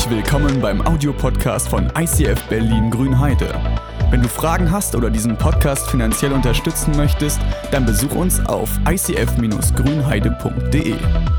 Herzlich willkommen beim Audiopodcast von ICF Berlin Grünheide. Wenn du Fragen hast oder diesen Podcast finanziell unterstützen möchtest, dann besuch uns auf icf-grünheide.de.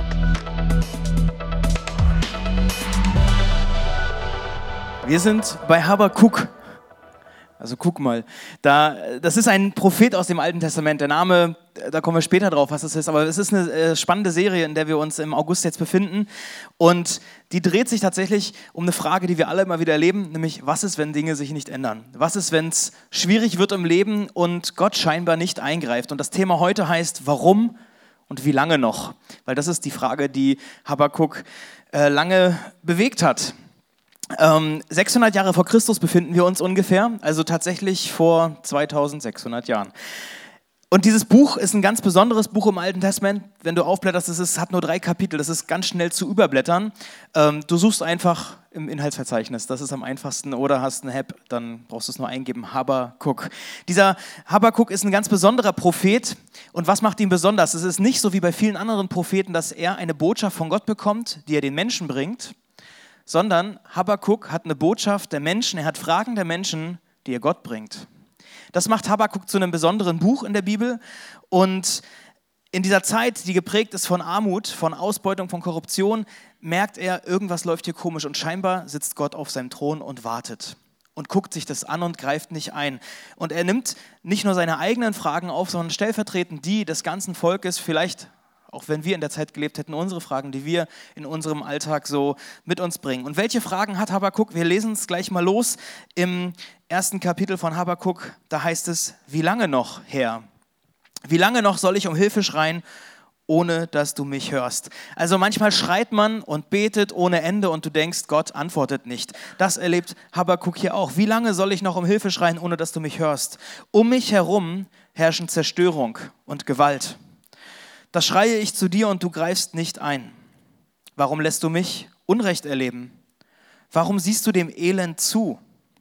Wir sind bei Habakuk. Also guck mal, das ist ein Prophet aus dem Alten Testament. Der Name, da kommen wir später drauf, was das ist. Aber es ist eine spannende Serie, in der wir uns im August jetzt befinden. Und die dreht sich tatsächlich um eine Frage, die wir alle immer wieder erleben, nämlich was ist, wenn Dinge sich nicht ändern? Was ist, wenn es schwierig wird im Leben und Gott scheinbar nicht eingreift? Und das Thema heute heißt, warum und wie lange noch? Weil das ist die Frage, die Habakuk lange bewegt hat. 600 Jahre vor Christus befinden wir uns ungefähr, also tatsächlich vor 2600 Jahren. Und dieses Buch ist ein ganz besonderes Buch im Alten Testament. Wenn du aufblätterst, es hat nur 3 Kapitel, das ist ganz schnell zu überblättern. Du suchst einfach im Inhaltsverzeichnis, das ist am einfachsten, oder hast eine App, dann brauchst du es nur eingeben, Habakuk. Dieser Habakuk ist ein ganz besonderer Prophet. Und was macht ihn besonders? Es ist nicht so wie bei vielen anderen Propheten, dass er eine Botschaft von Gott bekommt, die er den Menschen bringt, sondern Habakuk hat eine Botschaft der Menschen, er hat Fragen der Menschen, die er Gott bringt. Das macht Habakuk zu einem besonderen Buch in der Bibel und in dieser Zeit, die geprägt ist von Armut, von Ausbeutung, von Korruption, merkt er, irgendwas läuft hier komisch und scheinbar sitzt Gott auf seinem Thron und wartet und guckt sich das an und greift nicht ein. Und er nimmt nicht nur seine eigenen Fragen auf, sondern stellvertretend die des ganzen Volkes, vielleicht auch wenn wir in der Zeit gelebt hätten, unsere Fragen, die wir in unserem Alltag so mit uns bringen. Und welche Fragen hat Habakuk? Wir lesen es gleich mal los. Im 1. Kapitel von Habakuk, da heißt es, wie lange noch, Herr? Wie lange noch soll ich um Hilfe schreien, ohne dass du mich hörst? Also manchmal schreit man und betet ohne Ende und du denkst, Gott antwortet nicht. Das erlebt Habakuk hier auch. Wie lange soll ich noch um Hilfe schreien, ohne dass du mich hörst? Um mich herum herrschen Zerstörung und Gewalt. Da schreie ich zu dir und du greifst nicht ein. Warum lässt du mich Unrecht erleben? Warum siehst du dem Elend zu?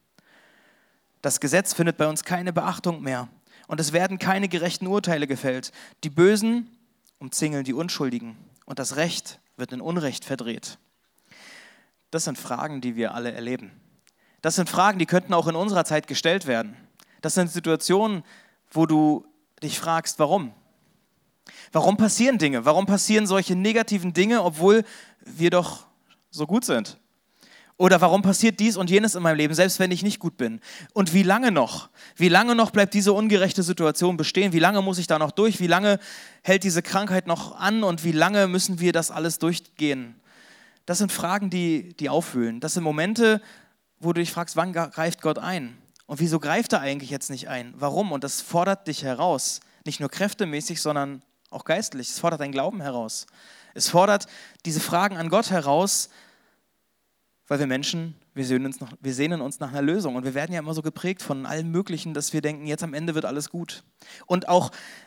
Das Gesetz findet bei uns keine Beachtung mehr und es werden keine gerechten Urteile gefällt. Die Bösen umzingeln die Unschuldigen und das Recht wird in Unrecht verdreht. Das sind Fragen, die wir alle erleben. Das sind Fragen, die könnten auch in unserer Zeit gestellt werden. Das sind Situationen, wo du dich fragst, warum? Warum passieren Dinge? Warum passieren solche negativen Dinge, obwohl wir doch so gut sind? Oder warum passiert dies und jenes in meinem Leben, selbst wenn ich nicht gut bin? Und wie lange noch? Wie lange noch bleibt diese ungerechte Situation bestehen? Wie lange muss ich da noch durch? Wie lange hält diese Krankheit noch an? Und wie lange müssen wir das alles durchgehen? Das sind Fragen, die aufwühlen. Das sind Momente, wo du dich fragst, wann greift Gott ein? Und wieso greift er eigentlich jetzt nicht ein? Warum? Und das fordert dich heraus. Nicht nur kräftemäßig, sondern auch geistlich. Es fordert deinen Glauben heraus. Es fordert diese Fragen an Gott heraus, weil wir Menschen, wir sehnen uns nach einer Lösung. Und wir werden ja immer so geprägt von allem Möglichen, dass wir denken, jetzt am Ende wird alles gut. Und auch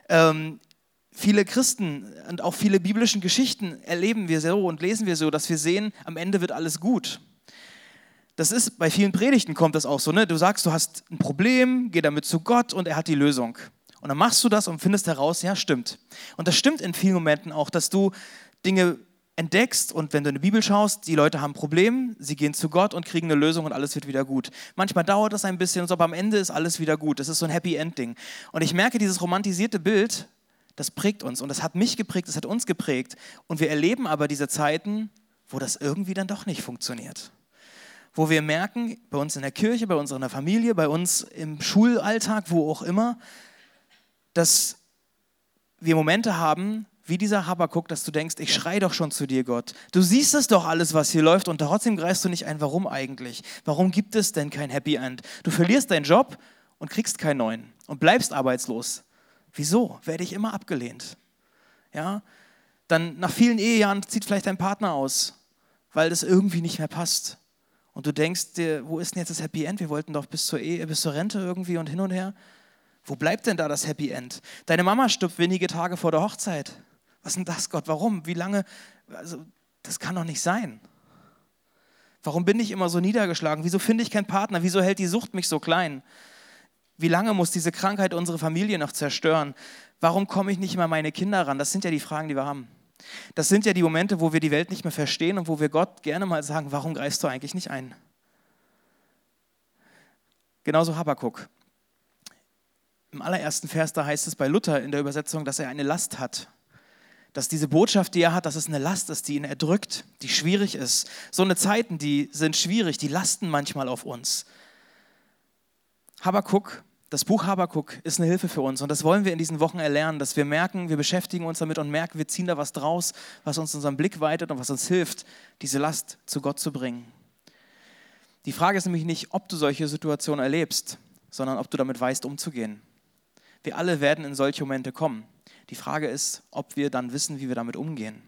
viele Christen und auch viele biblische Geschichten erleben wir so und lesen wir so, dass wir sehen, am Ende wird alles gut. Das ist, bei vielen Predigten kommt das auch so, ne? Du sagst, du hast ein Problem, geh damit zu Gott und er hat die Lösung. Und dann machst du das und findest heraus, ja, stimmt. Und das stimmt in vielen Momenten auch, dass du Dinge entdeckst und wenn du in die Bibel schaust, die Leute haben ein Problem, sie gehen zu Gott und kriegen eine Lösung und alles wird wieder gut. Manchmal dauert das ein bisschen, aber am Ende ist alles wieder gut. Das ist so ein Happy-End-Ding. Und ich merke, dieses romantisierte Bild, das prägt uns und das hat mich geprägt, das hat uns geprägt. Und wir erleben aber diese Zeiten, wo das irgendwie dann doch nicht funktioniert. Wo wir merken, bei uns in der Kirche, bei uns in der Familie, bei uns im Schulalltag, wo auch immer, dass wir Momente haben, wie dieser Habakuk, dass du denkst, ich schreie doch schon zu dir, Gott. Du siehst es doch alles, was hier läuft und trotzdem greifst du nicht ein. Warum eigentlich? Warum gibt es denn kein Happy End? Du verlierst deinen Job und kriegst keinen neuen und bleibst arbeitslos. Wieso? Werde ich immer abgelehnt? Ja? Dann nach vielen Ehejahren zieht vielleicht dein Partner aus, weil das irgendwie nicht mehr passt. Und du denkst dir, wo ist denn jetzt das Happy End? Wir wollten doch bis zur Rente irgendwie und hin und her. Wo bleibt denn da das Happy End? Deine Mama stirbt wenige Tage vor der Hochzeit. Was ist denn das, Gott? Warum? Wie lange? Also, das kann doch nicht sein. Warum bin ich immer so niedergeschlagen? Wieso finde ich keinen Partner? Wieso hält die Sucht mich so klein? Wie lange muss diese Krankheit unsere Familie noch zerstören? Warum komme ich nicht mehr an meine Kinder ran? Das sind ja die Fragen, die wir haben. Das sind ja die Momente, wo wir die Welt nicht mehr verstehen und wo wir Gott gerne mal sagen, warum greifst du eigentlich nicht ein? Genauso Habakuk. Im allerersten Vers, da heißt es bei Luther in der Übersetzung, dass er eine Last hat. Dass diese Botschaft, die er hat, dass es eine Last ist, die ihn erdrückt, die schwierig ist. So eine Zeiten, die sind schwierig, die lasten manchmal auf uns. Habakuk, das Buch Habakuk ist eine Hilfe für uns und das wollen wir in diesen Wochen erlernen, dass wir merken, wir beschäftigen uns damit und merken, wir ziehen da was draus, was uns unseren Blick weitet und was uns hilft, diese Last zu Gott zu bringen. Die Frage ist nämlich nicht, ob du solche Situationen erlebst, sondern ob du damit weißt, umzugehen. Wir alle werden in solche Momente kommen. Die Frage ist, ob wir dann wissen, wie wir damit umgehen.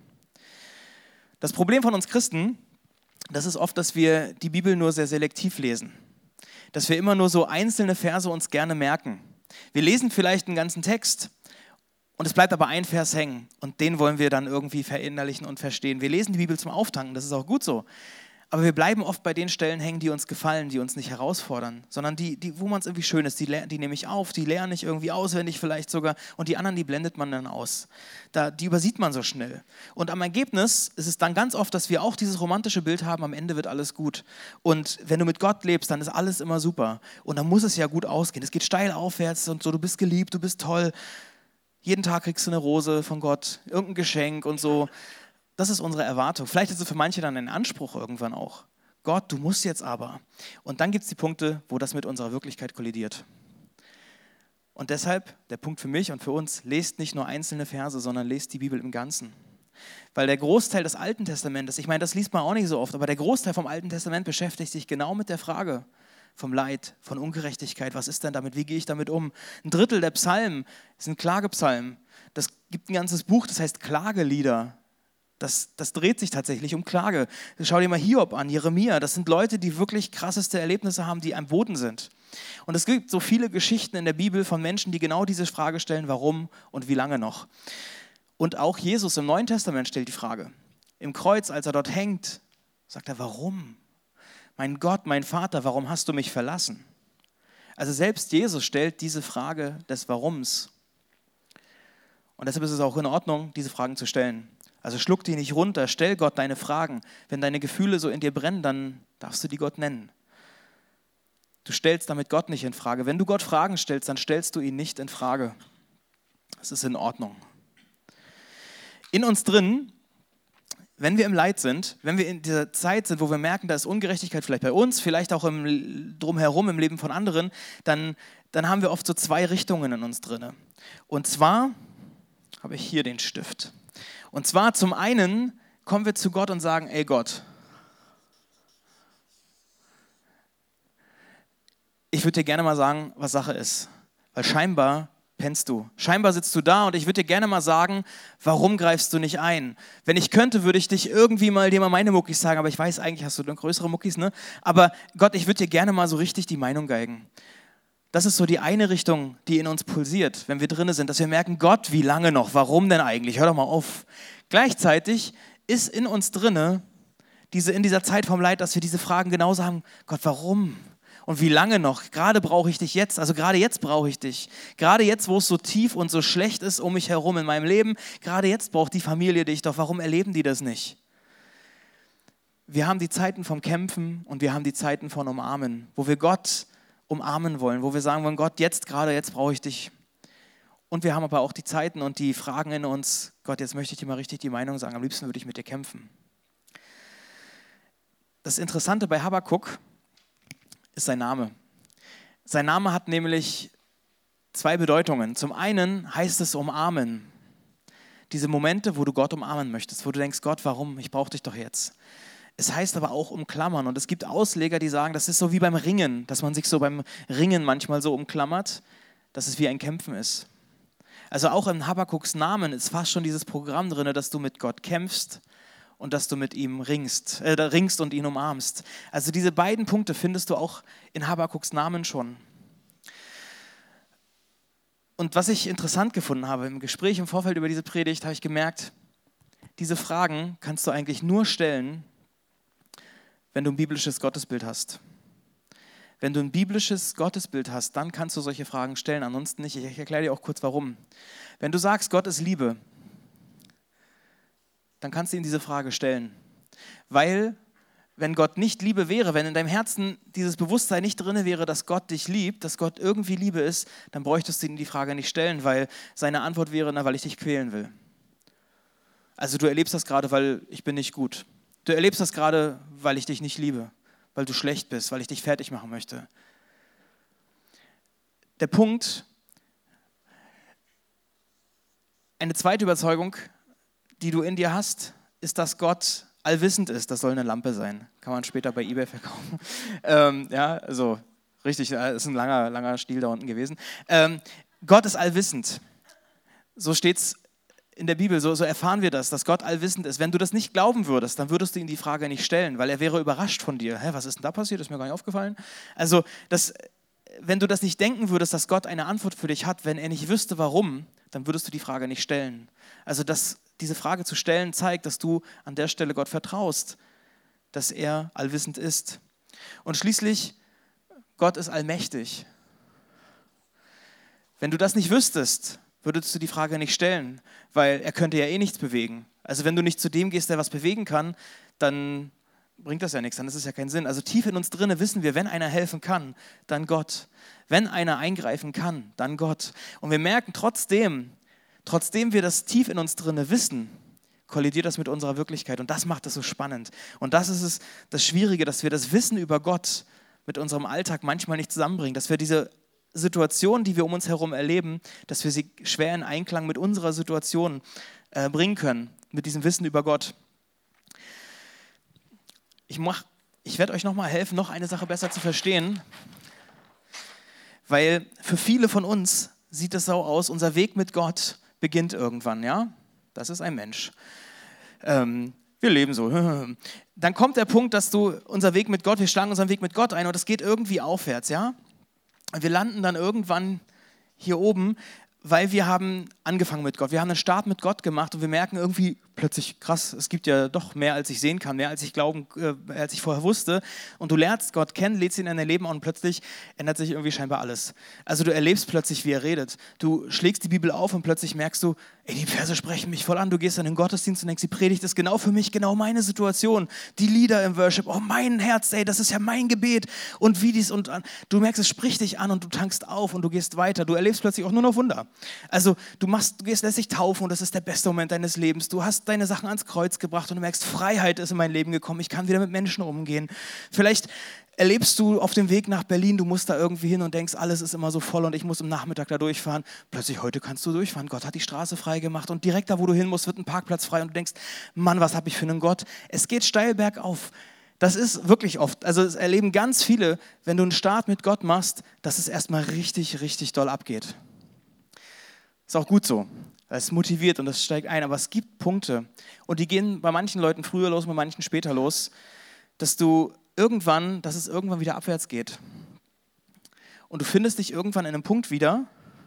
Das Problem von uns Christen, das ist oft, dass wir die Bibel nur sehr selektiv lesen. Dass wir immer nur so einzelne Verse uns gerne merken. Wir lesen vielleicht einen ganzen Text und es bleibt aber ein Vers hängen und den wollen wir dann irgendwie verinnerlichen und verstehen. Wir lesen die Bibel zum Auftanken, das ist auch gut so. Aber wir bleiben oft bei den Stellen hängen, die uns gefallen, die uns nicht herausfordern, sondern die wo man es irgendwie schön ist, die nehme ich auf, die lerne ich irgendwie auswendig vielleicht sogar und die anderen, die blendet man dann aus. Die übersieht man so schnell. Und am Ergebnis ist es dann ganz oft, dass wir auch dieses romantische Bild haben, am Ende wird alles gut. Und wenn du mit Gott lebst, dann ist alles immer super. Und dann muss es ja gut ausgehen. Es geht steil aufwärts und so, du bist geliebt, du bist toll. Jeden Tag kriegst du eine Rose von Gott, irgendein Geschenk und so. Das ist unsere Erwartung. Vielleicht ist es für manche dann ein Anspruch irgendwann auch. Gott, du musst jetzt aber. Und dann gibt es die Punkte, wo das mit unserer Wirklichkeit kollidiert. Und deshalb, der Punkt für mich und für uns, lest nicht nur einzelne Verse, sondern lest die Bibel im Ganzen. Weil der Großteil des Alten Testamentes, ich meine, das liest man auch nicht so oft, aber der Großteil vom Alten Testament beschäftigt sich genau mit der Frage vom Leid, von Ungerechtigkeit. Was ist denn damit? Wie gehe ich damit um? Ein Drittel der Psalmen sind Klagepsalmen. Das gibt ein ganzes Buch, das heißt Klagelieder. Das dreht sich tatsächlich um Klage. Schau dir mal Hiob an, Jeremia. Das sind Leute, die wirklich krasseste Erlebnisse haben, die am Boden sind. Und es gibt so viele Geschichten in der Bibel von Menschen, die genau diese Frage stellen, warum und wie lange noch. Und auch Jesus im Neuen Testament stellt die Frage. Im Kreuz, als er dort hängt, sagt er, warum? Mein Gott, mein Vater, warum hast du mich verlassen? Also selbst Jesus stellt diese Frage des Warums. Und deshalb ist es auch in Ordnung, diese Fragen zu stellen. Also schluck die nicht runter, stell Gott deine Fragen. Wenn deine Gefühle so in dir brennen, dann darfst du die Gott nennen. Du stellst damit Gott nicht in Frage. Wenn du Gott Fragen stellst, dann stellst du ihn nicht in Frage. Das ist in Ordnung. In uns drin, wenn wir im Leid sind, wenn wir in dieser Zeit sind, wo wir merken, da ist Ungerechtigkeit vielleicht bei uns, vielleicht auch drumherum im Leben von anderen, dann haben wir oft so zwei Richtungen in uns drin. Und zwar habe ich hier den Stift. Und zwar zum einen kommen wir zu Gott und sagen, ey Gott, ich würde dir gerne mal sagen, was Sache ist. Weil scheinbar pennst du. Scheinbar sitzt du da und ich würde dir gerne mal sagen, warum greifst du nicht ein? Wenn ich könnte, würde ich dich irgendwie dir mal meine Muckis sagen, aber ich weiß, eigentlich hast du dann größere Muckis, ne? Aber Gott, ich würde dir gerne mal so richtig die Meinung geigen. Das ist so die eine Richtung, die in uns pulsiert, wenn wir drin sind, dass wir merken, Gott, wie lange noch? Warum denn eigentlich? Hör doch mal auf. Gleichzeitig ist in uns drinne, in dieser Zeit vom Leid, dass wir diese Fragen genauso haben, Gott, warum? Und wie lange noch? Gerade brauche ich dich jetzt, also gerade jetzt brauche ich dich. Gerade jetzt, wo es so tief und so schlecht ist um mich herum in meinem Leben, gerade jetzt braucht die Familie dich doch. Warum erleben die das nicht? Wir haben die Zeiten vom Kämpfen und wir haben die Zeiten von Umarmen, wo wir Gott umarmen wollen, wo wir sagen wollen, Gott, jetzt brauche ich dich. Und wir haben aber auch die Zeiten und die Fragen in uns, Gott, jetzt möchte ich dir mal richtig die Meinung sagen, am liebsten würde ich mit dir kämpfen. Das Interessante bei Habakuk ist sein Name. Sein Name hat nämlich zwei Bedeutungen. Zum einen heißt es umarmen. Diese Momente, wo du Gott umarmen möchtest, wo du denkst, Gott, warum? Ich brauche dich doch jetzt. Es heißt aber auch umklammern und es gibt Ausleger, die sagen, das ist so wie beim Ringen, dass man sich so beim Ringen manchmal so umklammert, dass es wie ein Kämpfen ist. Also auch in Habakuks Namen ist fast schon dieses Programm drin, dass du mit Gott kämpfst und dass du mit ihm ringst und ihn umarmst. Also diese beiden Punkte findest du auch in Habakuks Namen schon. Und was ich interessant gefunden habe im Gespräch im Vorfeld über diese Predigt, habe ich gemerkt, diese Fragen kannst du eigentlich nur stellen, wenn du ein biblisches Gottesbild hast. Wenn du ein biblisches Gottesbild hast, dann kannst du solche Fragen stellen, ansonsten nicht. Ich erkläre dir auch kurz, warum. Wenn du sagst, Gott ist Liebe, dann kannst du ihm diese Frage stellen. Weil, wenn Gott nicht Liebe wäre, wenn in deinem Herzen dieses Bewusstsein nicht drin wäre, dass Gott dich liebt, dass Gott irgendwie Liebe ist, dann bräuchtest du ihm die Frage nicht stellen, weil seine Antwort wäre, na, weil ich dich quälen will. Also du erlebst das gerade, weil ich bin nicht gut. Du erlebst das gerade, weil ich dich nicht liebe, weil du schlecht bist, weil ich dich fertig machen möchte. Der Punkt, eine zweite Überzeugung, die du in dir hast, ist, dass Gott allwissend ist. Das soll eine Lampe sein. Kann man später bei eBay verkaufen. Ja, also richtig, ist ein langer Stiel da unten gewesen. Gott ist allwissend. So steht es in der Bibel, so erfahren wir das, dass Gott allwissend ist. Wenn du das nicht glauben würdest, dann würdest du ihm die Frage nicht stellen, weil er wäre überrascht von dir. Hä, was ist denn da passiert? Ist mir gar nicht aufgefallen. Also, wenn du das nicht denken würdest, dass Gott eine Antwort für dich hat, wenn er nicht wüsste, warum, dann würdest du die Frage nicht stellen. Also, diese Frage zu stellen zeigt, dass du an der Stelle Gott vertraust, dass er allwissend ist. Und schließlich, Gott ist allmächtig. Wenn du das nicht wüsstest, würdest du die Frage nicht stellen, weil er könnte ja eh nichts bewegen. Also wenn du nicht zu dem gehst, der was bewegen kann, dann bringt das ja nichts, dann ist es ja keinen Sinn. Also tief in uns drinne wissen wir, wenn einer helfen kann, dann Gott. Wenn einer eingreifen kann, dann Gott. Und wir merken trotzdem wir das tief in uns drinne wissen, kollidiert das mit unserer Wirklichkeit. Und das macht es so spannend. Und das ist es, das Schwierige, dass wir das Wissen über Gott mit unserem Alltag manchmal nicht zusammenbringen, dass wir diese Situationen, die wir um uns herum erleben, dass wir sie schwer in Einklang mit unserer Situation bringen können, mit diesem Wissen über Gott. Ich werde euch nochmal helfen, noch eine Sache besser zu verstehen, weil für viele von uns sieht es so aus, unser Weg mit Gott beginnt irgendwann, ja? Das ist ein Mensch. Wir leben so. Dann kommt der Punkt, dass wir schlagen unseren Weg mit Gott ein und es geht irgendwie aufwärts, ja? Wir landen dann irgendwann hier oben, weil wir haben angefangen mit Gott. Wir haben einen Start mit Gott gemacht und wir merken irgendwie plötzlich, krass, es gibt ja doch mehr, als ich sehen kann, mehr, als ich vorher wusste. Und du lernst Gott kennen, lädst ihn in dein Leben und plötzlich ändert sich irgendwie scheinbar alles. Also du erlebst plötzlich, wie er redet. Du schlägst die Bibel auf und plötzlich merkst du, ey, die Verse sprechen mich voll an. Du gehst dann in den Gottesdienst und denkst, die Predigt ist genau für mich, genau meine Situation. Die Lieder im Worship, oh mein Herz, ey, das ist ja mein Gebet. Und wie dies und an. Du merkst, es spricht dich an und du tankst auf und du gehst weiter. Du erlebst plötzlich auch nur noch Wunder. Also du lässt dich taufen und das ist der beste Moment deines Lebens. Du hast deine Sachen ans Kreuz gebracht und du merkst, Freiheit ist in mein Leben gekommen. Ich kann wieder mit Menschen umgehen. Vielleicht erlebst du auf dem Weg nach Berlin, du musst da irgendwie hin und denkst, alles ist immer so voll und ich muss am Nachmittag da durchfahren. Plötzlich, heute kannst du durchfahren. Gott hat die Straße frei gemacht und direkt da, wo du hin musst, wird ein Parkplatz frei und du denkst, Mann, was habe ich für einen Gott? Es geht steil bergauf. Das ist wirklich oft, also es erleben ganz viele, wenn du einen Start mit Gott machst, dass es erstmal richtig, richtig doll abgeht. Ist auch gut so. Es motiviert und es steigt ein, aber es gibt Punkte und die gehen bei manchen Leuten früher los, bei manchen später los, dass es irgendwann wieder abwärts geht. Und du findest dich irgendwann in einem Punkt wieder,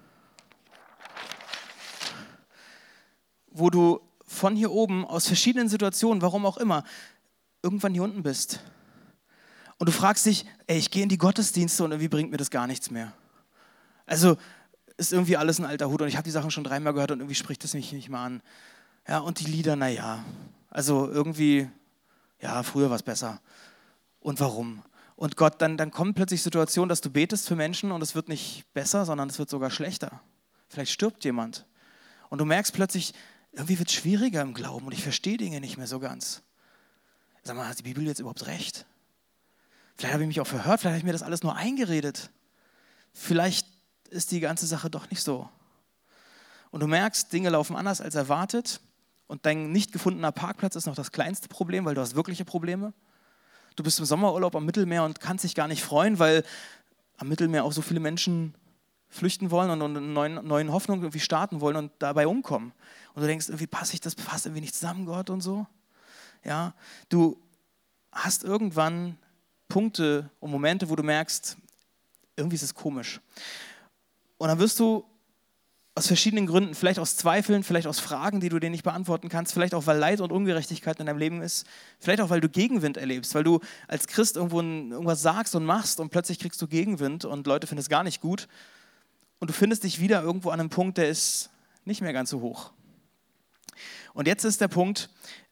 wo du von hier oben aus verschiedenen Situationen, warum auch immer, irgendwann hier unten bist. Und du fragst dich, ey, ich gehe in die Gottesdienste und irgendwie bringt mir das gar nichts mehr. Also ist irgendwie alles ein alter Hut und ich habe die Sachen schon 3-mal gehört und irgendwie spricht das mich nicht mal an. Ja, und die Lieder, naja, also irgendwie, ja, früher war es besser. Und warum? Und Gott, dann kommen plötzlich Situationen, dass du betest für Menschen und es wird nicht besser, sondern es wird sogar schlechter. Vielleicht stirbt jemand. Und du merkst plötzlich, irgendwie wird es schwieriger im Glauben und ich verstehe Dinge nicht mehr so ganz. Sag mal, hat die Bibel jetzt überhaupt recht? Vielleicht habe ich mich auch verhört, vielleicht habe ich mir das alles nur eingeredet. Vielleicht ist die ganze Sache doch nicht so. Und du merkst, Dinge laufen anders als erwartet und dein nicht gefundener Parkplatz ist noch das kleinste Problem, weil du hast wirkliche Probleme. Du bist im Sommerurlaub am Mittelmeer und kannst dich gar nicht freuen, weil am Mittelmeer auch so viele Menschen flüchten wollen und eine neue Hoffnung irgendwie starten wollen und dabei umkommen. Und du denkst, irgendwie passt irgendwie nicht zusammen, Gott und so. Ja, du hast irgendwann Punkte und Momente, wo du merkst, irgendwie ist es komisch. Und dann wirst du aus verschiedenen Gründen, vielleicht aus Zweifeln, vielleicht aus Fragen, die du dir nicht beantworten kannst, vielleicht auch, weil Leid und Ungerechtigkeit in deinem Leben ist, vielleicht auch, weil du Gegenwind erlebst, weil du als Christ irgendwas sagst und machst und plötzlich kriegst du Gegenwind und Leute finden es gar nicht gut und du findest dich wieder irgendwo an einem Punkt, der ist nicht mehr ganz so hoch. Und jetzt ist der Punkt,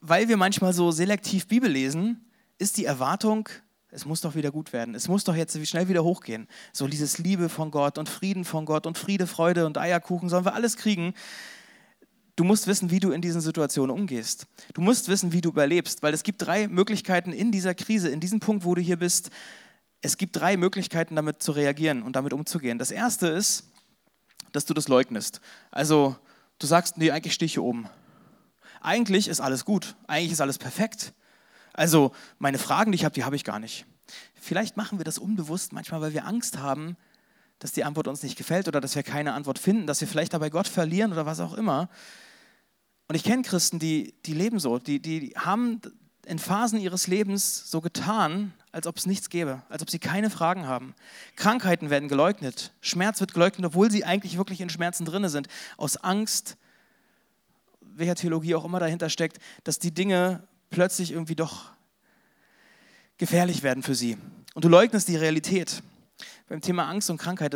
weil wir manchmal so selektiv Bibel lesen, ist die Erwartung, es muss doch wieder gut werden. Es muss doch jetzt schnell wieder hochgehen. So dieses Liebe von Gott und Frieden von Gott und Friede, Freude und Eierkuchen sollen wir alles kriegen. Du musst wissen, wie du in diesen Situationen umgehst. Du musst wissen, wie du überlebst, weil es gibt 3 Möglichkeiten in dieser Krise, in diesem Punkt, wo du hier bist. Es gibt 3 Möglichkeiten, damit zu reagieren und damit umzugehen. Das erste ist, dass du das leugnest. Also du sagst, nee, eigentlich stehe ich hier oben. Eigentlich ist alles gut. Eigentlich ist alles perfekt. Also meine Fragen, die ich habe, die habe ich gar nicht. Vielleicht machen wir das unbewusst manchmal, weil wir Angst haben, dass die Antwort uns nicht gefällt oder dass wir keine Antwort finden, dass wir vielleicht dabei Gott verlieren oder was auch immer. Und ich kenne Christen, die leben so, die haben in Phasen ihres Lebens so getan, als ob es nichts gäbe, als ob sie keine Fragen haben. Krankheiten werden geleugnet, Schmerz wird geleugnet, obwohl sie eigentlich wirklich in Schmerzen drin sind, aus Angst, welcher Theologie auch immer dahinter steckt, dass die Dinge plötzlich irgendwie doch gefährlich werden für sie. Und du leugnest die Realität. Beim Thema Angst und Krankheit, das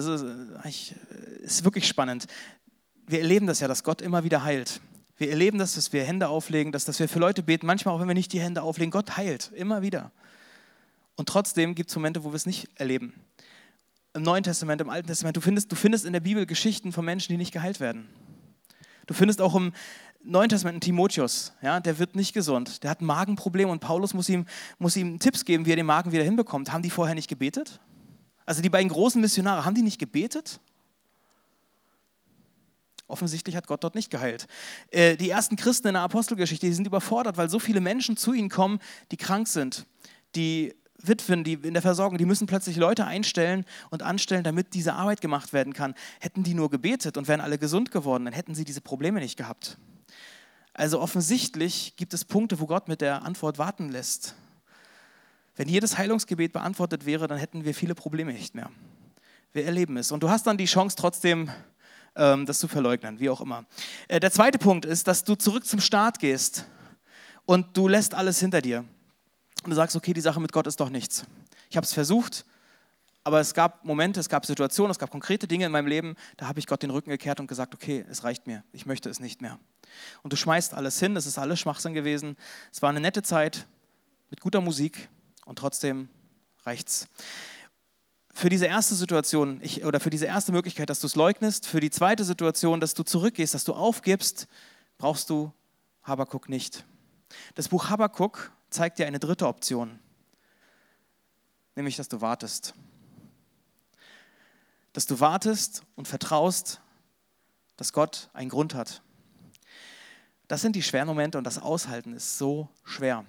ist wirklich spannend. Wir erleben das ja, dass Gott immer wieder heilt. Wir erleben das, dass wir Hände auflegen, dass wir für Leute beten, manchmal auch wenn wir nicht die Hände auflegen, Gott heilt, immer wieder. Und trotzdem gibt es Momente, wo wir es nicht erleben. Im Neuen Testament, im Alten Testament, du findest in der Bibel Geschichten von Menschen, die nicht geheilt werden. Du findest auch im Neuen Testament einen Timotheus, ja, der wird nicht gesund, der hat ein Magenproblem und Paulus muss ihm Tipps geben, wie er den Magen wieder hinbekommt. Haben die vorher nicht gebetet? Also die beiden großen Missionare, haben die nicht gebetet? Offensichtlich hat Gott dort nicht geheilt. Die ersten Christen in der Apostelgeschichte, die sind überfordert, weil so viele Menschen zu ihnen kommen, die krank sind, die Witwen, die in der Versorgung, die müssen plötzlich Leute einstellen und anstellen, damit diese Arbeit gemacht werden kann. Hätten die nur gebetet und wären alle gesund geworden, dann hätten sie diese Probleme nicht gehabt. Also offensichtlich gibt es Punkte, wo Gott mit der Antwort warten lässt. Wenn jedes Heilungsgebet beantwortet wäre, dann hätten wir viele Probleme nicht mehr. Wir erleben es. Und du hast dann die Chance trotzdem, das zu verleugnen, wie auch immer. Der zweite Punkt ist, dass du zurück zum Start gehst und du lässt alles hinter dir. Und du sagst, okay, die Sache mit Gott ist doch nichts. Ich habe es versucht, aber es gab Momente, es gab Situationen, es gab konkrete Dinge in meinem Leben, da habe ich Gott den Rücken gekehrt und gesagt, okay, es reicht mir, ich möchte es nicht mehr. Und du schmeißt alles hin, es ist alles Schwachsinn gewesen. Es war eine nette Zeit mit guter Musik und trotzdem reicht's. Für diese erste Situation, für diese erste Möglichkeit, dass du es leugnest, für die zweite Situation, dass du zurückgehst, dass du aufgibst, brauchst du Habakuk nicht. Das Buch Habakuk zeigt dir eine dritte Option, nämlich, dass du wartest. Dass du wartest und vertraust, dass Gott einen Grund hat. Das sind die schweren Momente und das Aushalten ist so schwer.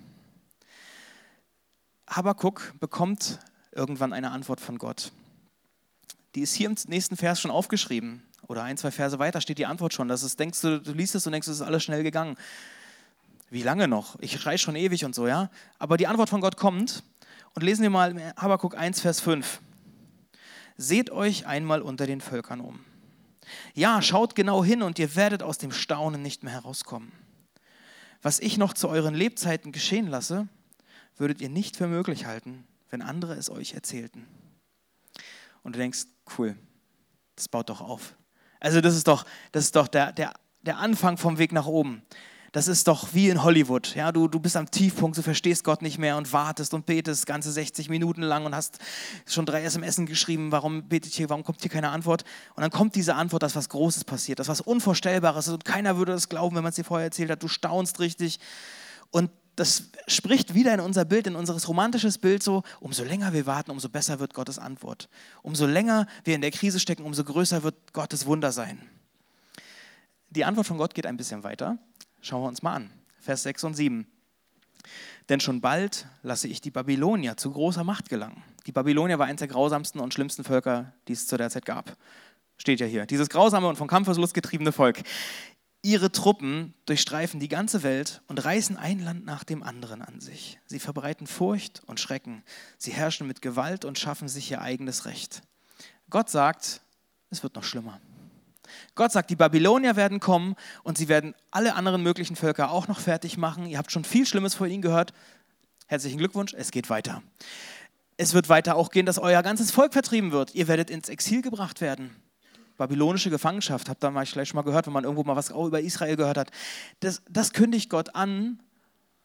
Habakuk bekommt irgendwann eine Antwort von Gott. Die ist hier im nächsten Vers schon aufgeschrieben. Oder 1, 2 Verse weiter steht die Antwort schon. Du liest es und denkst, es ist alles schnell gegangen. Wie lange noch? Ich schreie schon ewig und so, ja. Aber die Antwort von Gott kommt. Und lesen wir mal Habakuk 1, Vers 5. Seht euch einmal unter den Völkern um. Ja, schaut genau hin und ihr werdet aus dem Staunen nicht mehr herauskommen. Was ich noch zu euren Lebzeiten geschehen lasse, würdet ihr nicht für möglich halten, wenn andere es euch erzählten. Und du denkst, cool, das baut doch auf. Also das ist doch der Anfang vom Weg nach oben. Das ist doch wie in Hollywood. Ja, du bist am Tiefpunkt, du verstehst Gott nicht mehr und wartest und betest ganze 60 Minuten lang und hast schon 3 SMS geschrieben, warum kommt hier keine Antwort? Und dann kommt diese Antwort, dass was Großes passiert, dass was Unvorstellbares ist und keiner würde das glauben, wenn man es dir vorher erzählt hat. Du staunst richtig und das spricht wieder in unser Bild, in unseres romantisches Bild so, umso länger wir warten, umso besser wird Gottes Antwort. Umso länger wir in der Krise stecken, umso größer wird Gottes Wunder sein. Die Antwort von Gott geht ein bisschen weiter. Schauen wir uns mal an. Vers 6 und 7. Denn schon bald lasse ich die Babylonier zu großer Macht gelangen. Die Babylonier war eines der grausamsten und schlimmsten Völker, die es zu der Zeit gab. Steht ja hier. Dieses grausame und vom Kampfeslust getriebene Volk. Ihre Truppen durchstreifen die ganze Welt und reißen ein Land nach dem anderen an sich. Sie verbreiten Furcht und Schrecken. Sie herrschen mit Gewalt und schaffen sich ihr eigenes Recht. Gott sagt, es wird noch schlimmer. Gott sagt, die Babylonier werden kommen und sie werden alle anderen möglichen Völker auch noch fertig machen. Ihr habt schon viel Schlimmes von ihnen gehört. Herzlichen Glückwunsch, es geht weiter. Es wird weiter auch gehen, dass euer ganzes Volk vertrieben wird. Ihr werdet ins Exil gebracht werden. Babylonische Gefangenschaft, habt ihr vielleicht schon mal gehört, wenn man irgendwo mal was über Israel gehört hat. Das kündigt Gott an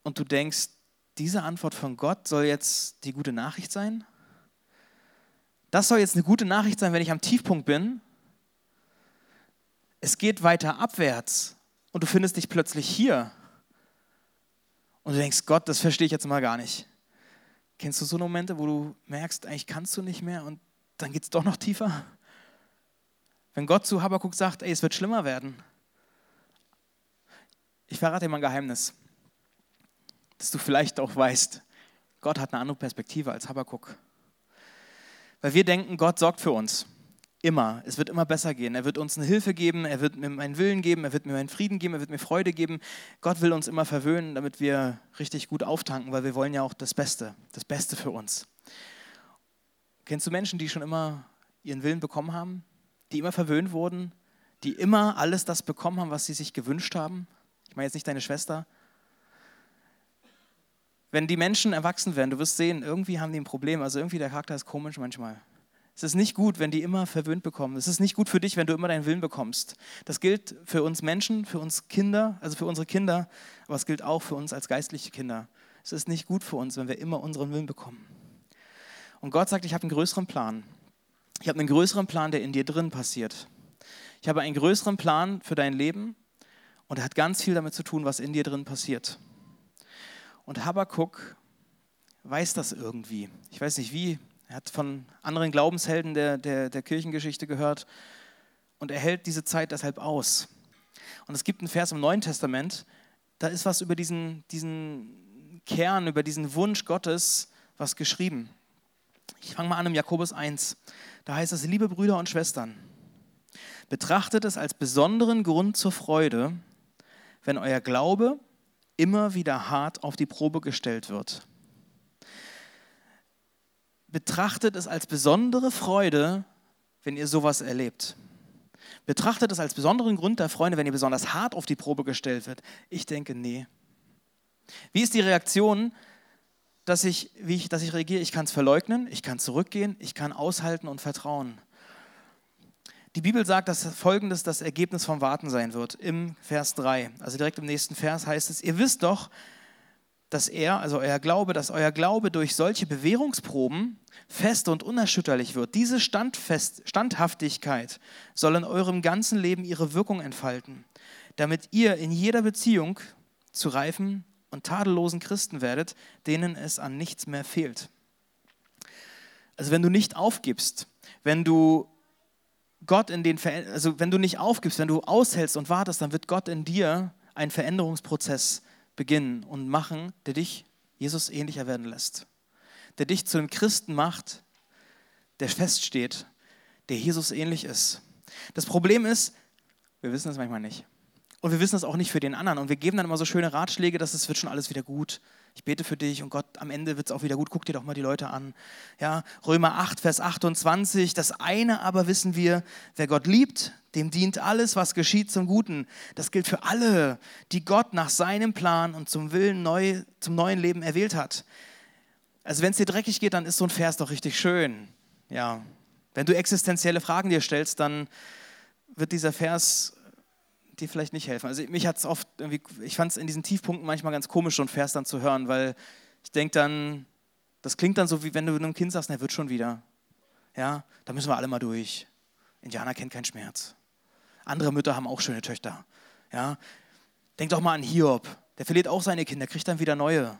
und du denkst, diese Antwort von Gott soll jetzt die gute Nachricht sein? Das soll jetzt eine gute Nachricht sein, wenn ich am Tiefpunkt bin? Es geht weiter abwärts und du findest dich plötzlich hier. Und du denkst, Gott, das verstehe ich jetzt mal gar nicht. Kennst du so Momente, wo du merkst, eigentlich kannst du nicht mehr und dann geht es doch noch tiefer? Wenn Gott zu Habakuk sagt, ey, es wird schlimmer werden. Ich verrate dir mal ein Geheimnis, dass du vielleicht auch weißt, Gott hat eine andere Perspektive als Habakuk. Weil wir denken, Gott sorgt für uns. Immer. Es wird immer besser gehen. Er wird uns eine Hilfe geben, er wird mir meinen Willen geben, er wird mir meinen Frieden geben, er wird mir Freude geben. Gott will uns immer verwöhnen, damit wir richtig gut auftanken, weil wir wollen ja auch das Beste für uns. Kennst du Menschen, die schon immer ihren Willen bekommen haben? Die immer verwöhnt wurden? Die immer alles das bekommen haben, was sie sich gewünscht haben? Ich meine jetzt nicht deine Schwester. Wenn die Menschen erwachsen werden, du wirst sehen, irgendwie haben die ein Problem, also irgendwie der Charakter ist komisch manchmal. Es ist nicht gut, wenn die immer verwöhnt bekommen. Es ist nicht gut für dich, wenn du immer deinen Willen bekommst. Das gilt für uns Menschen, für uns Kinder, also für unsere Kinder, aber es gilt auch für uns als geistliche Kinder. Es ist nicht gut für uns, wenn wir immer unseren Willen bekommen. Und Gott sagt, ich habe einen größeren Plan. Ich habe einen größeren Plan, der in dir drin passiert. Ich habe einen größeren Plan für dein Leben und er hat ganz viel damit zu tun, was in dir drin passiert. Und Habakuk weiß das irgendwie. Ich weiß nicht wie. Er hat von anderen Glaubenshelden der Kirchengeschichte gehört und er hält diese Zeit deshalb aus. Und es gibt einen Vers im Neuen Testament, da ist was über diesen Kern, über diesen Wunsch Gottes, was geschrieben. Ich fange mal an im Jakobus 1. Da heißt es, liebe Brüder und Schwestern, betrachtet es als besonderen Grund zur Freude, wenn euer Glaube immer wieder hart auf die Probe gestellt wird. Betrachtet es als besondere Freude, wenn ihr sowas erlebt. Betrachtet es als besonderen Grund der Freude, wenn ihr besonders hart auf die Probe gestellt wird. Ich denke, nee. Wie ist die Reaktion, dass ich reagiere? Ich kann es verleugnen, ich kann zurückgehen, ich kann aushalten und vertrauen. Die Bibel sagt, dass Folgendes das Ergebnis vom Warten sein wird, im Vers 3. Also direkt im nächsten Vers heißt es, ihr wisst doch, dass euer Glaube durch solche Bewährungsproben fest und unerschütterlich wird. Diese Standhaftigkeit soll in eurem ganzen Leben ihre Wirkung entfalten, damit ihr in jeder Beziehung zu reifen und tadellosen Christen werdet, denen es an nichts mehr fehlt. Also wenn du nicht aufgibst, wenn du nicht aufgibst, wenn du aushältst und wartest, dann wird Gott in dir einen Veränderungsprozess beginnen und machen, der dich Jesus ähnlicher werden lässt. Der dich zu einem Christen macht, der feststeht, der Jesus ähnlich ist. Das Problem ist, wir wissen es manchmal nicht. Und wir wissen es auch nicht für den anderen. Und wir geben dann immer so schöne Ratschläge, dass es wird schon alles wieder gut. Ich bete für dich und Gott, am Ende wird es auch wieder gut. Guck dir doch mal die Leute an. Ja, Römer 8, Vers 28. Das eine aber wissen wir, wer Gott liebt, dem dient alles, was geschieht, zum Guten. Das gilt für alle, die Gott nach seinem Plan und zum Willen zum neuen Leben erwählt hat. Also wenn es dir dreckig geht, dann ist so ein Vers doch richtig schön. Ja, wenn du existenzielle Fragen dir stellst, dann wird dieser Vers dir vielleicht nicht helfen. Also mich hat es oft irgendwie, ich fand es in diesen Tiefpunkten manchmal ganz komisch, so einen Vers dann zu hören, weil ich denke dann, das klingt dann so, wie wenn du einem Kind sagst, er wird schon wieder. Ja, da müssen wir alle mal durch. Indianer kennt keinen Schmerz. Andere Mütter haben auch schöne Töchter. Ja, denk doch mal an Hiob. Der verliert auch seine Kinder, kriegt dann wieder neue.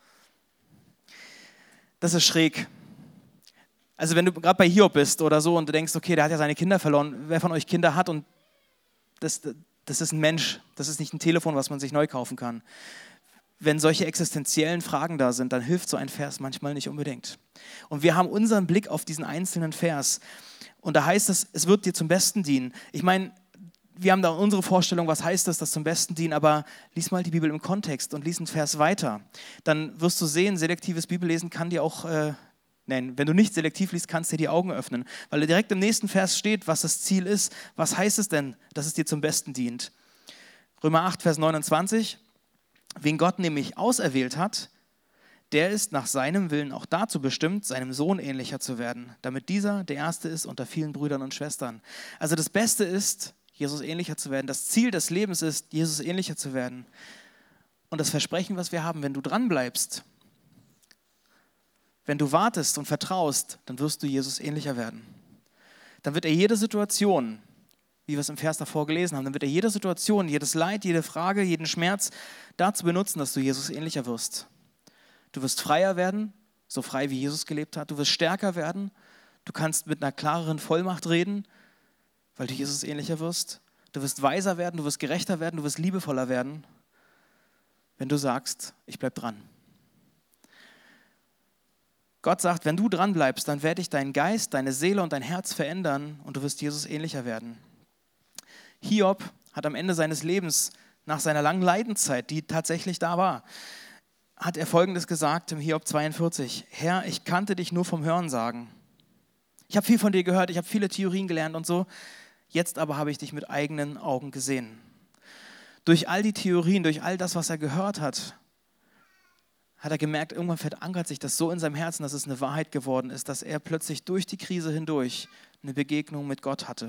Das ist schräg. Also wenn du gerade bei Hiob bist oder so und du denkst, okay, der hat ja seine Kinder verloren. Wer von euch Kinder hat und das ist ein Mensch, das ist nicht ein Telefon, was man sich neu kaufen kann. Wenn solche existenziellen Fragen da sind, dann hilft so ein Vers manchmal nicht unbedingt. Und wir haben unseren Blick auf diesen einzelnen Vers. Und da heißt es, es wird dir zum Besten dienen. Ich meine, wir haben da unsere Vorstellung, was heißt das zum Besten dienen, aber lies mal die Bibel im Kontext und lies einen Vers weiter. Dann wirst du sehen, selektives Bibellesen kann dir auch, wenn du nicht selektiv liest, kannst du dir die Augen öffnen. Weil direkt im nächsten Vers steht, was das Ziel ist. Was heißt es denn, dass es dir zum Besten dient? Römer 8, Vers 29. Wen Gott nämlich auserwählt hat, der ist nach seinem Willen auch dazu bestimmt, seinem Sohn ähnlicher zu werden, damit dieser der Erste ist unter vielen Brüdern und Schwestern. Also das Beste ist, Jesus ähnlicher zu werden. Das Ziel des Lebens ist, Jesus ähnlicher zu werden. und das Versprechen, was wir haben, wenn du dranbleibst, wenn du wartest und vertraust, dann wirst du Jesus ähnlicher werden. Dann wird er jede Situation, wie wir es im Vers davor gelesen haben, dann wird er jede Situation, jedes Leid, jede Frage, jeden Schmerz dazu benutzen, dass du Jesus ähnlicher wirst. Du wirst freier werden, so frei wie Jesus gelebt hat. Du wirst stärker werden. Du kannst mit einer klareren Vollmacht reden, weil du Jesus ähnlicher wirst. Du wirst weiser werden, du wirst gerechter werden, du wirst liebevoller werden, wenn du sagst, ich bleib dran. Gott sagt, wenn du dran bleibst, dann werde ich deinen Geist, deine Seele und dein Herz verändern und du wirst Jesus ähnlicher werden. Hiob hat am Ende seines Lebens, nach seiner langen Leidenszeit, die tatsächlich da war, hat er Folgendes gesagt im Hiob 42. Herr, ich kannte dich nur vom Hörensagen. Ich habe viel von dir gehört, ich habe viele Theorien gelernt und so. Jetzt aber habe ich dich mit eigenen Augen gesehen. Durch all die Theorien, durch all das, was er gehört hat, hat er gemerkt, irgendwann verankert sich das so in seinem Herzen, dass es eine Wahrheit geworden ist, dass er plötzlich durch die Krise hindurch eine Begegnung mit Gott hatte.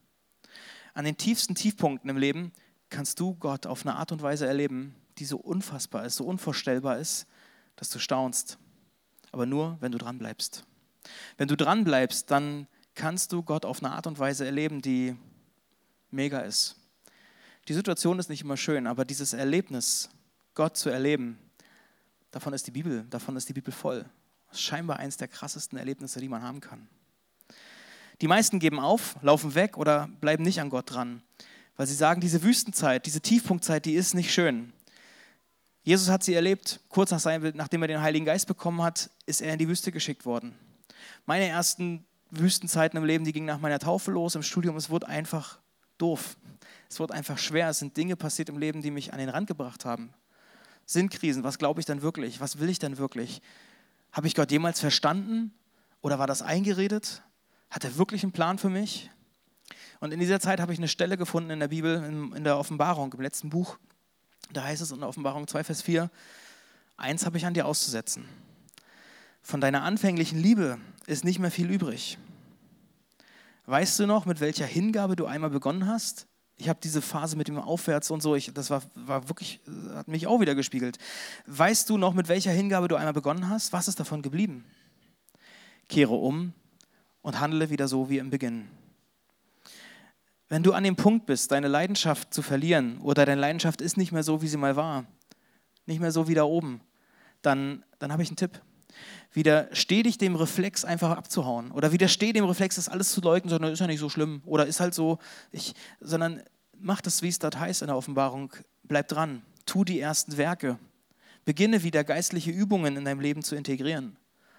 An den tiefsten Tiefpunkten im Leben kannst du Gott auf eine Art und Weise erleben, die so unfassbar ist, so unvorstellbar ist, dass du staunst. Aber nur, wenn du dran bleibst. Wenn du dran bleibst, dann kannst du Gott auf eine Art und Weise erleben, die mega ist. Die Situation ist nicht immer schön, aber dieses Erlebnis, Gott zu erleben, davon ist die Bibel voll. Das ist scheinbar eines der krassesten Erlebnisse, die man haben kann. Die meisten geben auf, laufen weg oder bleiben nicht an Gott dran, weil sie sagen, diese Wüstenzeit, diese Tiefpunktzeit, die ist nicht schön. Jesus hat sie erlebt, kurz nachdem er den Heiligen Geist bekommen hat, ist er in die Wüste geschickt worden. Meine ersten Wüstenzeiten im Leben, die gingen nach meiner Taufe los, im Studium, es wurde einfach doof. Es wurde einfach schwer, es sind Dinge passiert im Leben, die mich an den Rand gebracht haben. Sinnkrisen, was glaube ich denn wirklich? Was will ich denn wirklich? Habe ich Gott jemals verstanden? Oder war das eingeredet? Hat er wirklich einen Plan für mich? Und in dieser Zeit habe ich eine Stelle gefunden in der Bibel, in der Offenbarung, im letzten Buch. Da heißt es in der Offenbarung 2, Vers 4, eins habe ich an dir auszusetzen. Von deiner anfänglichen Liebe ist nicht mehr viel übrig. Weißt du noch, mit welcher Hingabe du einmal begonnen hast? Ich habe diese Phase mit dem Aufwärts und so, das war wirklich, hat mich auch wieder gespiegelt. Weißt du noch, mit welcher Hingabe du einmal begonnen hast? Was ist davon geblieben? Kehre um und handle wieder so wie im Beginn. Wenn du an dem Punkt bist, deine Leidenschaft zu verlieren oder deine Leidenschaft ist nicht mehr so, wie sie mal war, nicht mehr so wie da oben, dann habe ich einen Tipp. Widersteh dich dem Reflex, einfach abzuhauen. Oder widersteh dem Reflex, das alles zu leugnen, sondern ist ja nicht so schlimm. Oder ist halt so, sondern mach das, wie es dort heißt in der Offenbarung. Bleib dran, tu die ersten Werke. Beginne wieder geistliche Übungen in deinem Leben zu integrieren.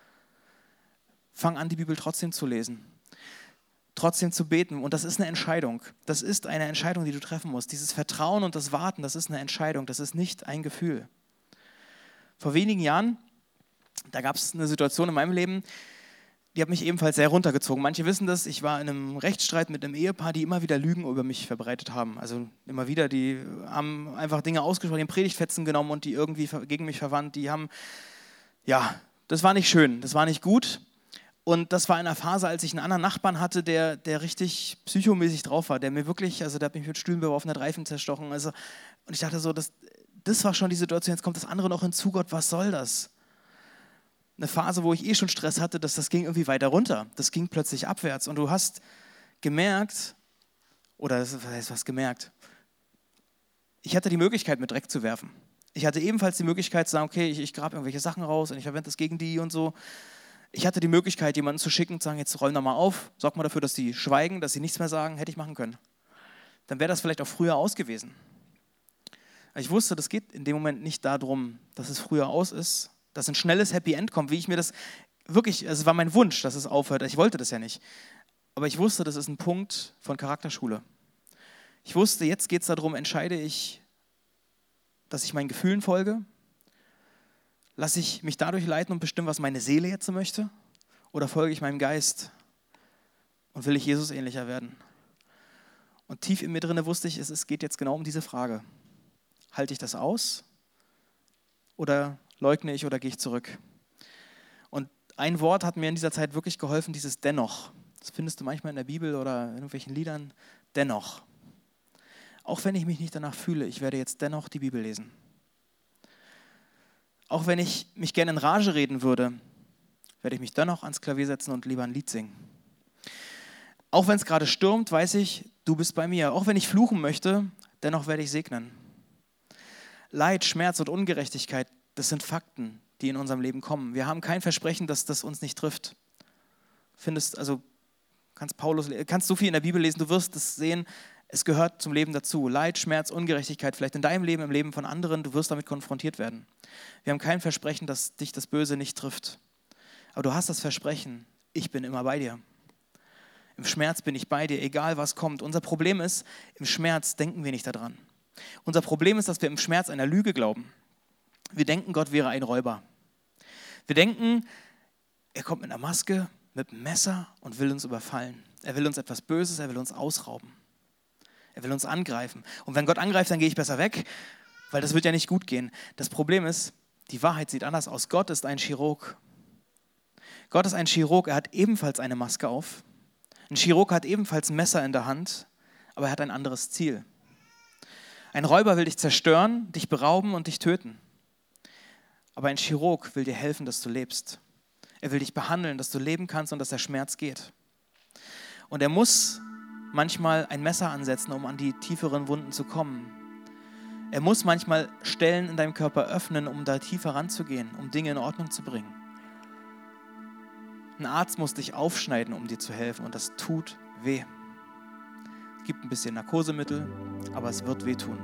Fang an, die Bibel trotzdem zu lesen. Trotzdem zu beten. Und das ist eine Entscheidung. Das ist eine Entscheidung, die du treffen musst. Dieses Vertrauen und das Warten, das ist eine Entscheidung. Das ist nicht ein Gefühl. Vor wenigen Jahren, da gab es eine Situation in meinem Leben, die hat mich ebenfalls sehr runtergezogen. Manche wissen das, ich war in einem Rechtsstreit mit einem Ehepaar, die immer wieder Lügen über mich verbreitet haben. Also immer wieder, die haben einfach Dinge ausgesprochen, die haben Predigtfetzen genommen und die irgendwie gegen mich verwandt. Die haben, ja, das war nicht schön, das war nicht gut. Und das war in einer Phase, als ich einen anderen Nachbarn hatte, der richtig psychomäßig drauf war, der mir wirklich, also der hat mich mit Stühlen beworfen, hat Reifen zerstochen. Also, und ich dachte so, das war schon die Situation, jetzt kommt das andere noch hinzu, Gott, was soll das? Eine Phase, wo ich schon Stress hatte, das ging irgendwie weiter runter. Das ging plötzlich abwärts. Und du hast gemerkt, oder was heißt was gemerkt? Ich hatte die Möglichkeit, mit Dreck zu werfen. Ich hatte ebenfalls die Möglichkeit zu sagen, okay, ich grabe irgendwelche Sachen raus und ich verwende das gegen die und so. Ich hatte die Möglichkeit, jemanden zu schicken und zu sagen, jetzt räum doch mal auf, sorg mal dafür, dass sie schweigen, dass sie nichts mehr sagen, hätte ich machen können. Dann wäre das vielleicht auch früher aus gewesen. Ich wusste, das geht in dem Moment nicht darum, dass es früher aus ist, dass ein schnelles Happy End kommt, wie ich mir das wirklich, also es war mein Wunsch, dass es aufhört. Ich wollte das ja nicht. Aber ich wusste, das ist ein Punkt von Charakterschule. Ich wusste, jetzt geht es darum, entscheide ich, dass ich meinen Gefühlen folge? Lasse ich mich dadurch leiten und bestimmen, was meine Seele jetzt möchte? Oder folge ich meinem Geist und will ich Jesus ähnlicher werden? Und tief in mir drin wusste ich, es geht jetzt genau um diese Frage. Halte ich das aus? Oder leugne ich oder gehe ich zurück? Und ein Wort hat mir in dieser Zeit wirklich geholfen, dieses Dennoch. Das findest du manchmal in der Bibel oder in irgendwelchen Liedern. Dennoch. Auch wenn ich mich nicht danach fühle, ich werde jetzt dennoch die Bibel lesen. Auch wenn ich mich gerne in Rage reden würde, werde ich mich dennoch ans Klavier setzen und lieber ein Lied singen. Auch wenn es gerade stürmt, weiß ich, du bist bei mir. Auch wenn ich fluchen möchte, dennoch werde ich segnen. Leid, Schmerz und Ungerechtigkeit, das sind Fakten, die in unserem Leben kommen. Wir haben kein Versprechen, dass das uns nicht trifft. Kannst so viel in der Bibel lesen, du wirst es sehen, es gehört zum Leben dazu. Leid, Schmerz, Ungerechtigkeit, vielleicht in deinem Leben, im Leben von anderen, du wirst damit konfrontiert werden. Wir haben kein Versprechen, dass dich das Böse nicht trifft. Aber du hast das Versprechen, ich bin immer bei dir. Im Schmerz bin ich bei dir, egal was kommt. Unser Problem ist, im Schmerz denken wir nicht daran. Unser Problem ist, dass wir im Schmerz einer Lüge glauben. Wir denken, Gott wäre ein Räuber. Wir denken, er kommt mit einer Maske, mit einem Messer und will uns überfallen. Er will uns etwas Böses, er will uns ausrauben. Er will uns angreifen. Und wenn Gott angreift, dann gehe ich besser weg, weil das wird ja nicht gut gehen. Das Problem ist, die Wahrheit sieht anders aus. Gott ist ein Chirurg. Gott ist ein Chirurg, er hat ebenfalls eine Maske auf. Ein Chirurg hat ebenfalls ein Messer in der Hand, aber er hat ein anderes Ziel. Ein Räuber will dich zerstören, dich berauben und dich töten. Aber ein Chirurg will dir helfen, dass du lebst. Er will dich behandeln, dass du leben kannst und dass der Schmerz geht. Und er muss manchmal ein Messer ansetzen, um an die tieferen Wunden zu kommen. Er muss manchmal Stellen in deinem Körper öffnen, um da tiefer ranzugehen, um Dinge in Ordnung zu bringen. Ein Arzt muss dich aufschneiden, um dir zu helfen, und das tut weh. Es gibt ein bisschen Narkosemittel, aber es wird wehtun.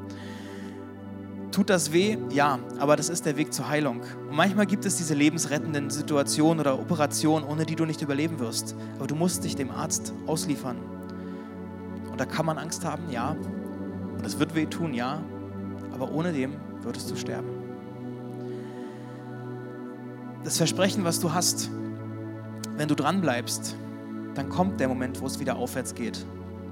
Tut das weh? Ja, aber das ist der Weg zur Heilung. Und manchmal gibt es diese lebensrettenden Situationen oder Operationen, ohne die du nicht überleben wirst. Aber du musst dich dem Arzt ausliefern. Und da kann man Angst haben, ja. Und es wird wehtun, ja. Aber ohne dem würdest du sterben. Das Versprechen, was du hast, wenn du dran bleibst, dann kommt der Moment, wo es wieder aufwärts geht.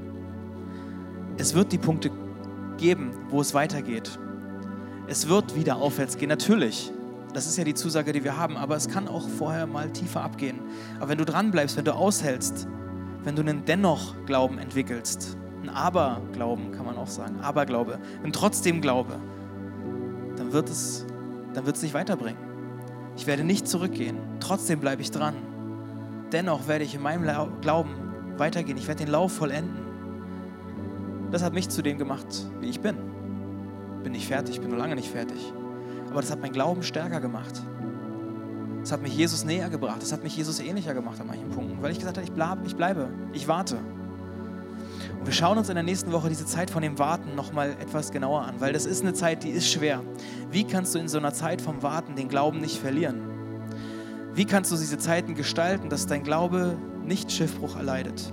Es wird die Punkte geben, wo es weitergeht. Es wird wieder aufwärts gehen, natürlich. Das ist ja die Zusage, die wir haben, aber es kann auch vorher mal tiefer abgehen. Aber wenn du dran bleibst, wenn du aushältst, wenn du einen Dennoch-Glauben entwickelst, einen Aber-Glauben kann man auch sagen, Aberglaube, einen Trotzdem-Glaube, dann wird es dich weiterbringen. Ich werde nicht zurückgehen, trotzdem bleibe ich dran. Dennoch werde ich in meinem Glauben weitergehen, ich werde den Lauf vollenden. Das hat mich zu dem gemacht, wie ich bin. Bin nicht fertig, bin noch lange nicht fertig. Aber das hat meinen Glauben stärker gemacht. Das hat mich Jesus näher gebracht. Das hat mich Jesus ähnlicher gemacht an manchen Punkten. Weil ich gesagt habe, ich bleibe, ich warte. Und wir schauen uns in der nächsten Woche diese Zeit von dem Warten nochmal etwas genauer an. Weil das ist eine Zeit, die ist schwer. Wie kannst du in so einer Zeit vom Warten den Glauben nicht verlieren? Wie kannst du diese Zeiten gestalten, dass dein Glaube nicht Schiffbruch erleidet?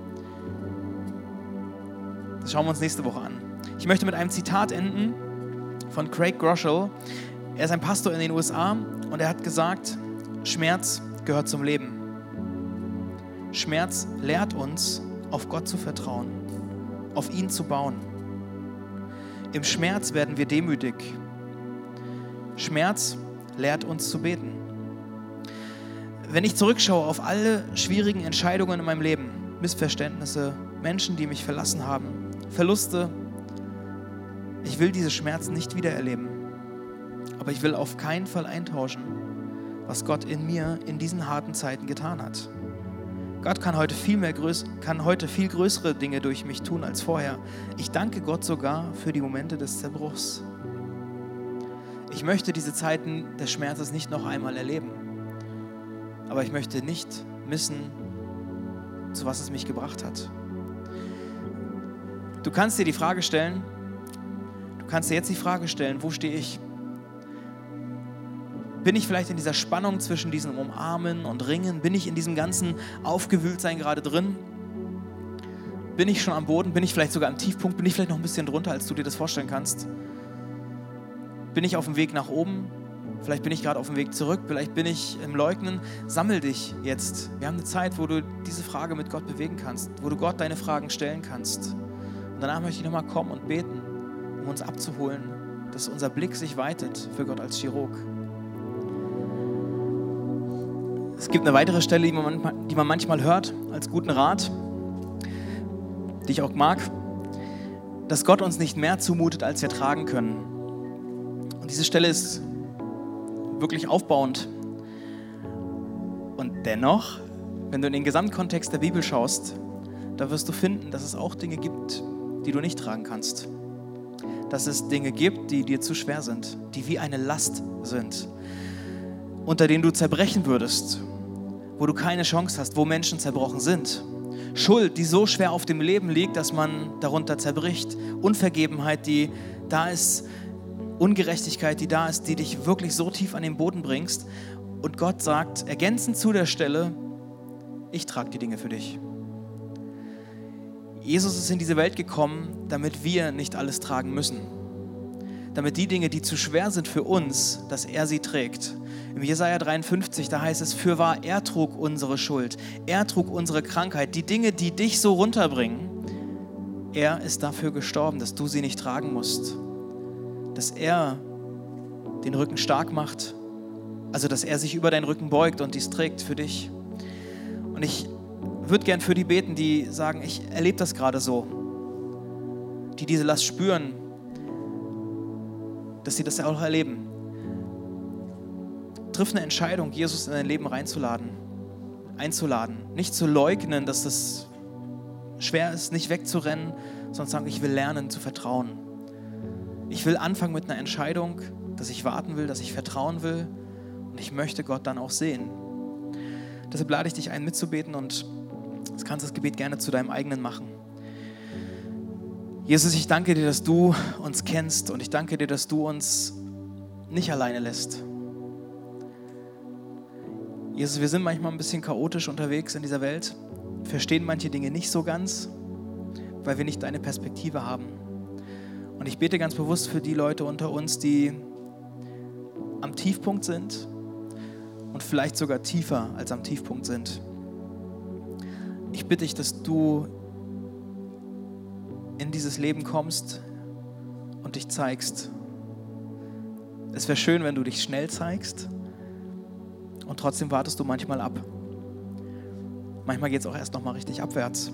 Das schauen wir uns nächste Woche an. Ich möchte mit einem Zitat enden von Craig Groeschel. Er ist ein Pastor in den USA und er hat gesagt, Schmerz gehört zum Leben. Schmerz lehrt uns, auf Gott zu vertrauen, auf ihn zu bauen. Im Schmerz werden wir demütig. Schmerz lehrt uns zu beten. Wenn ich zurückschaue auf alle schwierigen Entscheidungen in meinem Leben, Missverständnisse, Menschen, die mich verlassen haben, Verluste, ich will diese Schmerzen nicht wieder erleben. Aber ich will auf keinen Fall eintauschen, was Gott in mir in diesen harten Zeiten getan hat. Gott kann heute viel größere Dinge durch mich tun als vorher. Ich danke Gott sogar für die Momente des Zerbruchs. Ich möchte diese Zeiten des Schmerzes nicht noch einmal erleben. Aber ich möchte nicht missen, zu was es mich gebracht hat. Du kannst dir die Frage stellen, wo stehe ich? Bin ich vielleicht in dieser Spannung zwischen diesem Umarmen und Ringen? Bin ich in diesem ganzen Aufgewühltsein gerade drin? Bin ich schon am Boden? Bin ich vielleicht sogar am Tiefpunkt? Bin ich vielleicht noch ein bisschen drunter, als du dir das vorstellen kannst? Bin ich auf dem Weg nach oben? Vielleicht bin ich gerade auf dem Weg zurück, vielleicht bin ich im Leugnen. Sammel dich jetzt. Wir haben eine Zeit, wo du diese Frage mit Gott bewegen kannst, wo du Gott deine Fragen stellen kannst. Und danach möchte ich nochmal kommen und beten, um uns abzuholen, dass unser Blick sich weitet für Gott als Chirurg. Es gibt eine weitere Stelle, die man manchmal hört, als guten Rat, die ich auch mag, dass Gott uns nicht mehr zumutet, als wir tragen können. Und diese Stelle ist wirklich aufbauend. Und dennoch, wenn du in den Gesamtkontext der Bibel schaust, da wirst du finden, dass es auch Dinge gibt, die du nicht tragen kannst. Dass es Dinge gibt, die dir zu schwer sind, die wie eine Last sind, unter denen du zerbrechen würdest, wo du keine Chance hast, wo Menschen zerbrochen sind. Schuld, die so schwer auf dem Leben liegt, dass man darunter zerbricht. Unvergebenheit, die da ist. Ungerechtigkeit, die da ist, die dich wirklich so tief an den Boden bringst. Und Gott sagt, ergänzend zu der Stelle, ich trage die Dinge für dich. Jesus ist in diese Welt gekommen, damit wir nicht alles tragen müssen. Damit die Dinge, die zu schwer sind für uns, dass er sie trägt. Im Jesaja 53, da heißt es, fürwahr, er trug unsere Schuld, er trug unsere Krankheit, die Dinge, die dich so runterbringen. Er ist dafür gestorben, dass du sie nicht tragen musst. Dass er den Rücken stark macht, also dass er sich über deinen Rücken beugt und dies trägt für dich. Und ich würde gern für die beten, die sagen, ich erlebe das gerade so, die diese Last spüren, dass sie das auch erleben. Triff eine Entscheidung, Jesus in dein Leben einzuladen. Nicht zu leugnen, dass das schwer ist, nicht wegzurennen, sondern sagen, ich will lernen zu vertrauen. Ich will anfangen mit einer Entscheidung, dass ich warten will, dass ich vertrauen will und ich möchte Gott dann auch sehen. Deshalb lade ich dich ein, mitzubeten und du kannst das Gebet gerne zu deinem eigenen machen. Jesus, ich danke dir, dass du uns kennst und ich danke dir, dass du uns nicht alleine lässt. Jesus, wir sind manchmal ein bisschen chaotisch unterwegs in dieser Welt, verstehen manche Dinge nicht so ganz, weil wir nicht deine Perspektive haben. Und ich bete ganz bewusst für die Leute unter uns, die am Tiefpunkt sind und vielleicht sogar tiefer als am Tiefpunkt sind. Ich bitte dich, dass du in dieses Leben kommst und dich zeigst. Es wäre schön, wenn du dich schnell zeigst und trotzdem wartest du manchmal ab. Manchmal geht es auch erst nochmal richtig abwärts.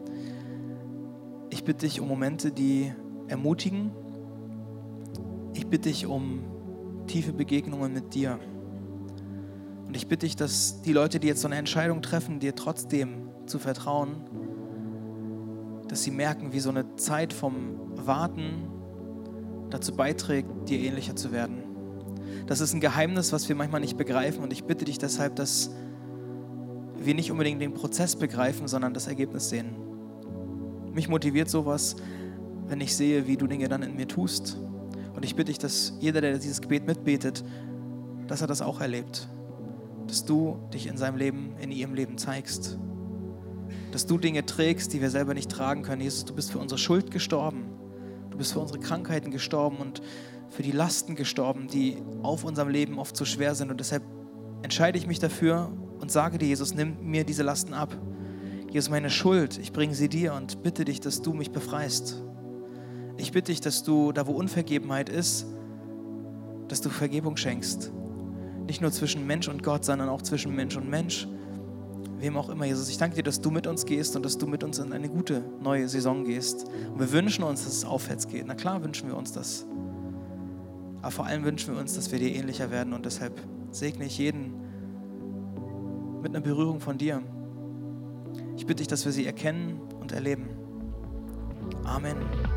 Ich bitte dich um Momente, die ermutigen. Ich bitte dich um tiefe Begegnungen mit dir. Und ich bitte dich, dass die Leute, die jetzt so eine Entscheidung treffen, dir trotzdem zu vertrauen, dass sie merken, wie so eine Zeit vom Warten dazu beiträgt, dir ähnlicher zu werden. Das ist ein Geheimnis, was wir manchmal nicht begreifen. Und ich bitte dich deshalb, dass wir nicht unbedingt den Prozess begreifen, sondern das Ergebnis sehen. Mich motiviert sowas, wenn ich sehe, wie du Dinge dann in mir tust. Und ich bitte dich, dass jeder, der dieses Gebet mitbetet, dass er das auch erlebt. Dass du dich in seinem Leben, in ihrem Leben zeigst. Dass du Dinge trägst, die wir selber nicht tragen können. Jesus, du bist für unsere Schuld gestorben. Du bist für unsere Krankheiten gestorben und für die Lasten gestorben, die auf unserem Leben oft so schwer sind. Und deshalb entscheide ich mich dafür und sage dir, Jesus, nimm mir diese Lasten ab. Jesus, meine Schuld, ich bringe sie dir und bitte dich, dass du mich befreist. Ich bitte dich, dass du, da wo Unvergebenheit ist, dass du Vergebung schenkst. Nicht nur zwischen Mensch und Gott, sondern auch zwischen Mensch und Mensch. Wem auch immer, Jesus. Ich danke dir, dass du mit uns gehst und dass du mit uns in eine gute neue Saison gehst. Und wir wünschen uns, dass es aufwärts geht. Na klar wünschen wir uns das. Aber vor allem wünschen wir uns, dass wir dir ähnlicher werden. Und deshalb segne ich jeden mit einer Berührung von dir. Ich bitte dich, dass wir sie erkennen und erleben. Amen.